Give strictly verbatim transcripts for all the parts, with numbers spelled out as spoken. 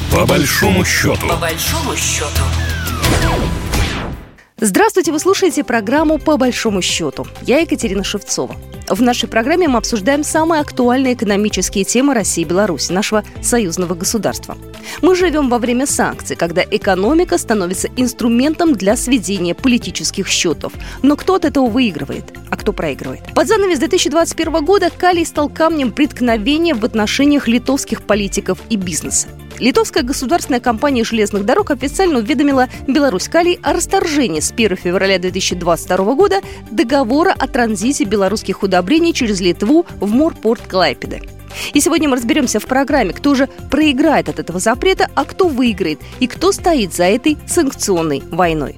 По большому счету. По большому счету. Здравствуйте, вы слушаете программу «По большому счету». Я Екатерина Шевцова. В нашей программе мы обсуждаем самые актуальные экономические темы России и Беларуси, нашего союзного государства. Мы живем во время санкций, когда экономика становится инструментом для сведения политических счетов. Но кто от этого выигрывает, а кто проигрывает? Под занавес две тысячи двадцать первого года калий стал камнем преткновения в отношениях литовских политиков и бизнеса. Литовская государственная компания железных дорог официально уведомила Беларусь-Калий о расторжении с первого февраля две тысячи двадцать второго года договора о транзите белорусских удобрений через Литву в морпорт Клайпеды. И сегодня мы разберемся в программе, кто же проиграет от этого запрета, а кто выиграет и кто стоит за этой санкционной войной.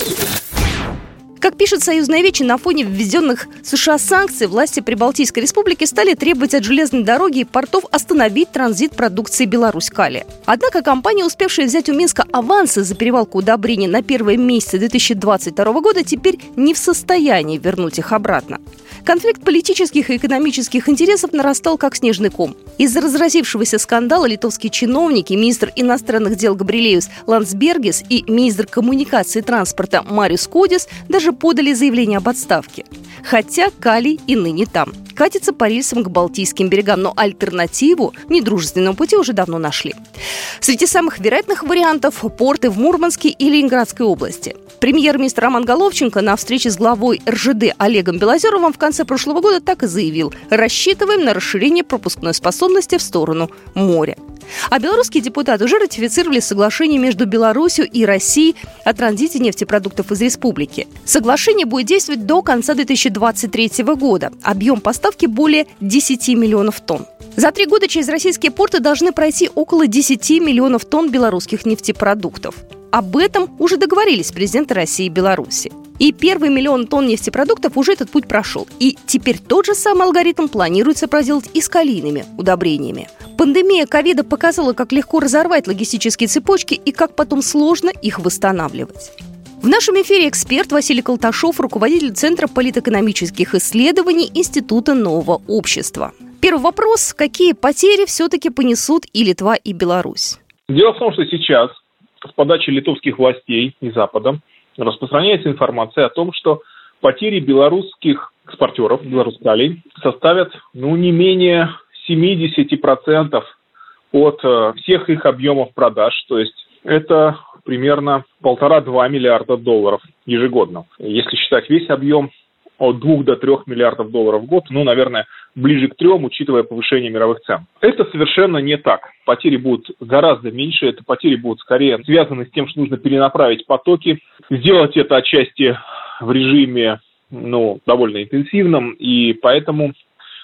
Как пишет «Союзная Вечи», на фоне введенных США санкций власти Прибалтийской республики стали требовать от железной дороги и портов остановить транзит продукции Беларусь-Калия. Однако компания, успевшая взять у Минска авансы за перевалку удобрений на первые месяцы две тысячи двадцать второго года, теперь не в состоянии вернуть их обратно. Конфликт политических и экономических интересов нарастал как снежный ком. Из-за разразившегося скандала литовские чиновники, министр иностранных дел Габрилеус Ландсбергис и министр коммуникации и транспорта Мариус Кодис даже подали заявление об отставке. Хотя калий и ныне там. Катится по рельсам к Балтийским берегам, но альтернативу недружественному пути уже давно нашли. Среди самых вероятных вариантов – порты в Мурманске и Ленинградской области. Премьер-министр Роман Головченко на встрече с главой эр жэ дэ Олегом Белозеровым в конце прошлого года так и заявил: рассчитываем на расширение пропускной способности в сторону моря. А белорусские депутаты уже ратифицировали соглашение между Беларусью и Россией о транзите нефтепродуктов из республики. Соглашение будет действовать до конца две тысячи двадцать третьего года. Объем поставки более десять миллионов тонн. За три года через российские порты должны пройти около десять миллионов тонн белорусских нефтепродуктов. Об этом уже договорились президенты России и Беларуси. И первый миллион тонн нефтепродуктов уже этот путь прошел. И теперь тот же самый алгоритм планируется проделать и с калийными удобрениями. Пандемия ковида показала, как легко разорвать логистические цепочки и как потом сложно их восстанавливать. В нашем эфире эксперт Василий Колташов, руководитель Центра политэкономических исследований Института нового общества. Первый вопрос: какие потери все-таки понесут и Литва, и Беларусь? Дело в том, что сейчас с подачи литовских властей и Запада распространяется информация о том, что потери белорусских экспортеров, Беларусь-Калий, составят ну, не менее семьдесят процентов от э, всех их объемов продаж. То есть это примерно полтора-два миллиарда долларов ежегодно. Если считать весь объем, от двух до трех миллиардов долларов в год, ну, наверное, ближе к трем, учитывая повышение мировых цен. Это совершенно не так. Потери будут гораздо меньше. Это потери будут скорее связаны с тем, что нужно перенаправить потоки, сделать это отчасти в режиме, ну, довольно интенсивном, и поэтому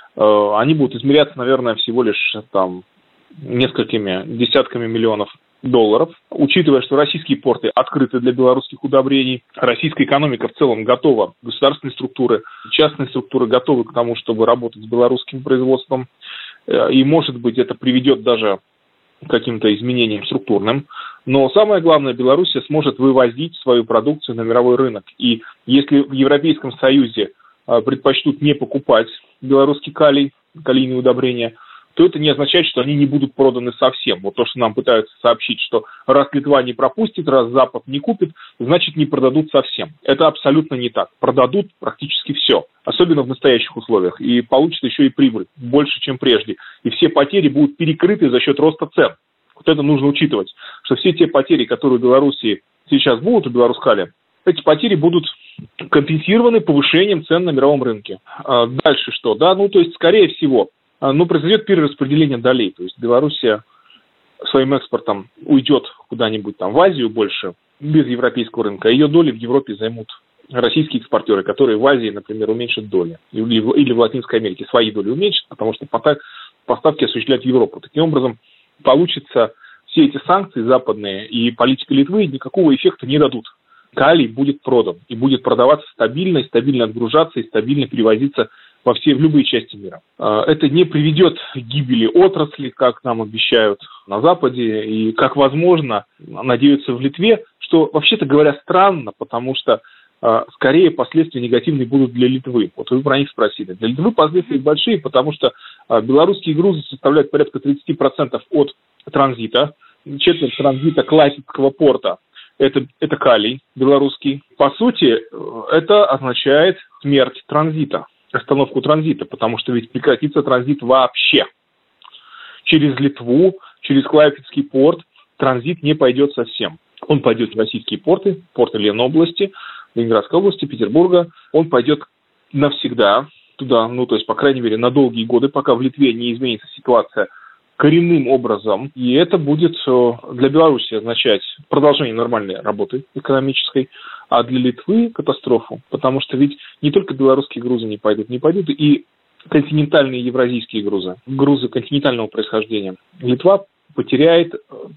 э, они будут измеряться, наверное, всего лишь там несколькими десятками миллионов долларов. Учитывая, что российские порты открыты для белорусских удобрений, российская экономика в целом готова, государственные структуры, частные структуры готовы к тому, чтобы работать с белорусским производством, и, может быть, это приведет даже к каким-то изменениям структурным. Но самое главное, Беларусь сможет вывозить свою продукцию на мировой рынок. И если в Европейском Союзе предпочтут не покупать белорусский калий, калийные удобрения, то это не означает, что они не будут проданы совсем. Вот то, что нам пытаются сообщить, что раз Литва не пропустит, раз Запад не купит, значит не продадут совсем. Это абсолютно не так. Продадут практически все, особенно в настоящих условиях, и получат еще и прибыль больше, чем прежде. И все потери будут перекрыты за счет роста цен. Вот это нужно учитывать, что все те потери, которые в Беларуси сейчас будут, у Беларусь-Калия, эти потери будут компенсированы повышением цен на мировом рынке. А дальше что? Да, ну то есть, скорее всего, ну, произойдет перераспределение долей. То есть Белоруссия своим экспортом уйдет куда-нибудь там в Азию больше, без европейского рынка, а ее доли в Европе займут российские экспортеры, которые в Азии, например, уменьшат доли. Или в, или в Латинской Америке свои доли уменьшат, потому что поставки осуществляют в Европу. Таким образом, получится, все эти санкции западные и политика Литвы никакого эффекта не дадут. Калий будет продан и будет продаваться стабильно, и стабильно отгружаться, и стабильно перевозиться во все, в любые части мира. Это не приведет к гибели отрасли, как нам обещают на Западе, и как возможно, надеются в Литве, что, вообще-то говоря, странно, потому что скорее последствия негативные будут для Литвы. Вот вы про них спросили. Для Литвы последствия большие, потому что белорусские грузы составляют порядка тридцать процентов от транзита четверть транзита Клайпедского порта – это, это калий белорусский. По сути, это означает смерть транзита, остановку транзита, потому что ведь прекратится транзит вообще. Через Литву, через Клайпедский порт транзит не пойдет совсем. Он пойдет в российские порты, порты Ленобласти, Ленинградской области, Петербурга. Он пойдет навсегда туда, ну, то есть, по крайней мере, на долгие годы, пока в Литве не изменится ситуация коренным образом. И это будет для Беларуси означать продолжение нормальной работы экономической, а для Литвы катастрофу. Потому что ведь не только белорусские грузы не пойдут, не пойдут и континентальные евразийские грузы, грузы континентального происхождения. Литва потеряет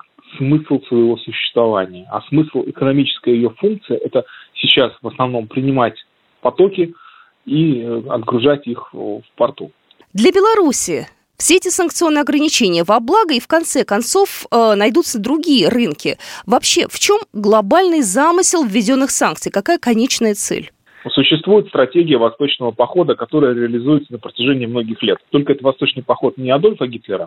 смысл своего существования. А смысл, экономическая ее функция – это сейчас в основном принимать потоки и отгружать их в порту. Для Беларуси все эти санкционные ограничения во благо, и в конце концов э, найдутся другие рынки. Вообще, в чем глобальный замысел введенных санкций? Какая конечная цель? Существует стратегия восточного похода, которая реализуется на протяжении многих лет. Только это восточный поход не Адольфа Гитлера,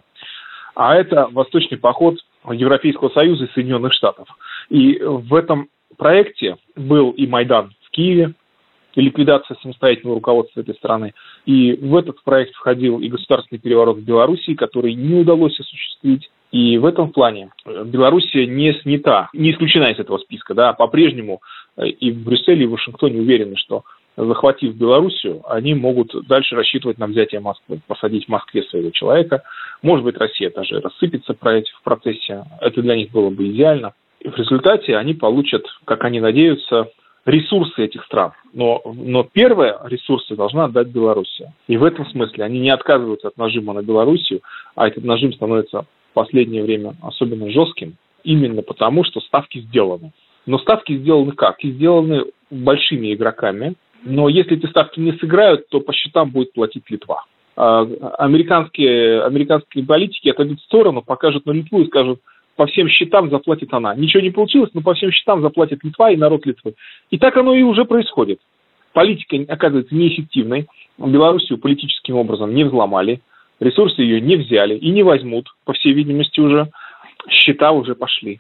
а это восточный поход Европейского Союза и Соединенных Штатов. И в этом проекте был и Майдан в Киеве, и ликвидация самостоятельного руководства этой страны. И в этот проект входил и государственный переворот в Белоруссии, который не удалось осуществить. И в этом плане Белоруссия не снята, не исключена из этого списка. Да, по-прежнему и в Брюсселе, и в Вашингтоне уверены, что, захватив Белоруссию, они могут дальше рассчитывать на взятие Москвы, посадить в Москве своего человека. Может быть, Россия даже рассыпется в процессе. Это для них было бы идеально. И в результате они получат, как они надеются, ресурсы этих стран. Но, но первые ресурсы должна отдать Белоруссия. И в этом смысле они не отказываются от нажима на Белоруссию, а этот нажим становится в последнее время особенно жестким, именно потому, что ставки сделаны. Но ставки сделаны как? И сделаны большими игроками. Но если эти ставки не сыграют, то по счетам будет платить Литва. А американские, американские политики отойдут в сторону, покажут на Литву и скажут: по всем счетам заплатит она. Ничего не получилось, но по всем счетам заплатит Литва и народ Литвы. И так оно и уже происходит. Политика оказывается неэффективной. Белоруссию политическим образом не взломали, ресурсы ее не взяли и не возьмут, по всей видимости, уже. Счета уже пошли.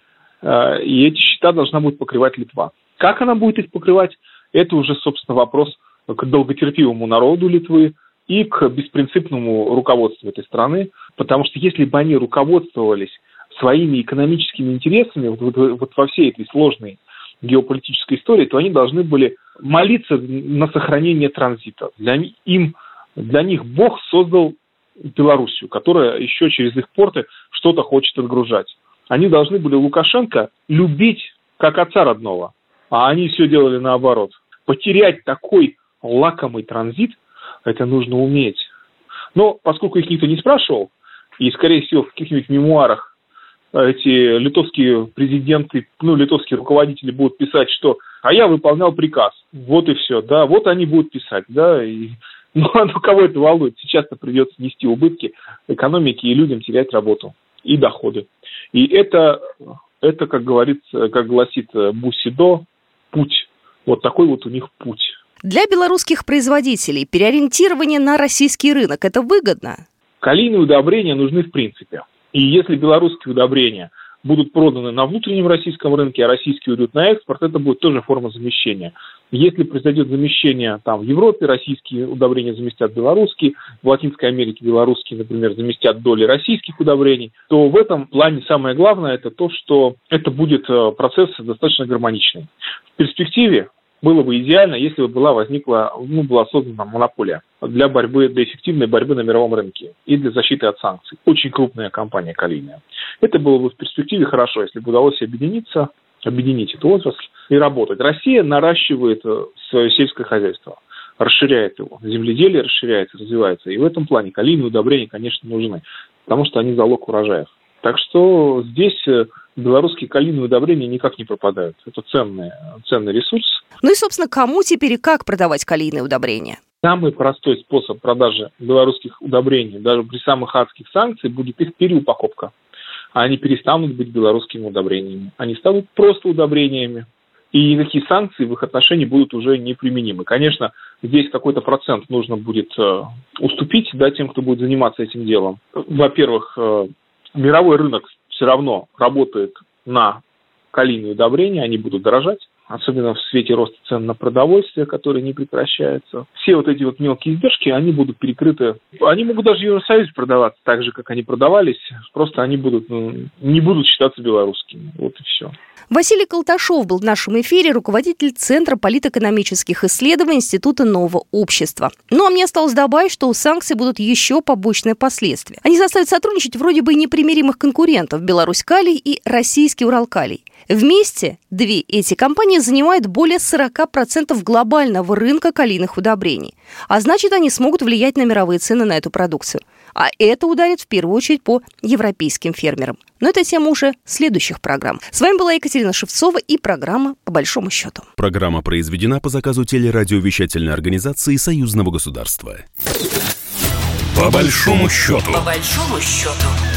И эти счета должна будет покрывать Литва. Как она будет их покрывать, это уже, собственно, вопрос к долготерпимому народу Литвы и к беспринципному руководству этой страны. Потому что если бы они руководствовались своими экономическими интересами вот, вот, вот во всей этой сложной геополитической истории, то они должны были молиться на сохранение транзита. Для, им, для них Бог создал Белоруссию, которая еще через их порты что-то хочет отгружать. Они должны были Лукашенко любить как отца родного, а они все делали наоборот. Потерять такой лакомый транзит, это нужно уметь. Но поскольку их никто не спрашивал, и, скорее всего, в каких-нибудь мемуарах эти литовские президенты, ну, литовские руководители будут писать, что «а я выполнял приказ». Вот и все, да, вот они будут писать, да, и ну, а ну кого это волнует? Сейчас-то придется нести убытки экономике и людям терять работу и доходы. И это, это как говорится, как гласит Бусидо, путь. Вот такой вот у них путь. Для белорусских производителей переориентирование на российский рынок – это выгодно? Калийные удобрения нужны в принципе. И если белорусские удобрения будут проданы на внутреннем российском рынке, а российские уйдут на экспорт, это будет тоже форма замещения. Если произойдет замещение там, в Европе, российские удобрения заместят белорусские, в Латинской Америке белорусские, например, заместят доли российских удобрений, то в этом плане самое главное это то, что это будет процесс достаточно гармоничный. В перспективе было бы идеально, если бы была возникла, ну, была создана монополия для борьбы, для эффективной борьбы на мировом рынке и для защиты от санкций. Очень крупная компания калийная. Это было бы в перспективе хорошо, если бы удалось объединиться, объединить эту отрасль и работать. Россия наращивает свое сельское хозяйство, расширяет его. Земледелие расширяется, развивается. И в этом плане калийные удобрения, конечно, нужны, потому что они залог урожаев. Так что здесь белорусские калийные удобрения никак не пропадают. Это ценный, ценный ресурс. Ну и, собственно, кому теперь и как продавать калийные удобрения? Самый простой способ продажи белорусских удобрений, даже при самых адских санкциях, будет их переупаковка. Они перестанут быть белорусскими удобрениями. Они станут просто удобрениями. И никакие санкции в их отношении будут уже неприменимы. Конечно, здесь какой-то процент нужно будет э, уступить, да, тем, кто будет заниматься этим делом. Во-первых, э, мировой рынок все равно работает на калийные удобрения, они будут дорожать, особенно в свете роста цен на продовольствие, который не прекращается. Все вот эти вот мелкие издержки, они будут перекрыты. Они могут даже в Евросоюзе продаваться так же, как они продавались, просто они будут, ну, не будут считаться белорусскими. Вот и все. Василий Колташов был в нашем эфире, руководитель Центра политэкономических исследований Института Нового общества. Ну а мне осталось добавить, что у санкций будут еще побочные последствия. Они заставят сотрудничать вроде бы непримиримых конкурентов Беларусь-Калий и российский Уралкалий. Вместе две эти компании занимают более сорок процентов глобального рынка калийных удобрений. А значит, они смогут влиять на мировые цены на эту продукцию. А это ударит в первую очередь по европейским фермерам. Но это тема уже следующих программ. С вами была Екатерина Шевцова и программа «По большому счету». Программа произведена по заказу телерадиовещательной организации Союзного государства. По большому счету. По большому счету.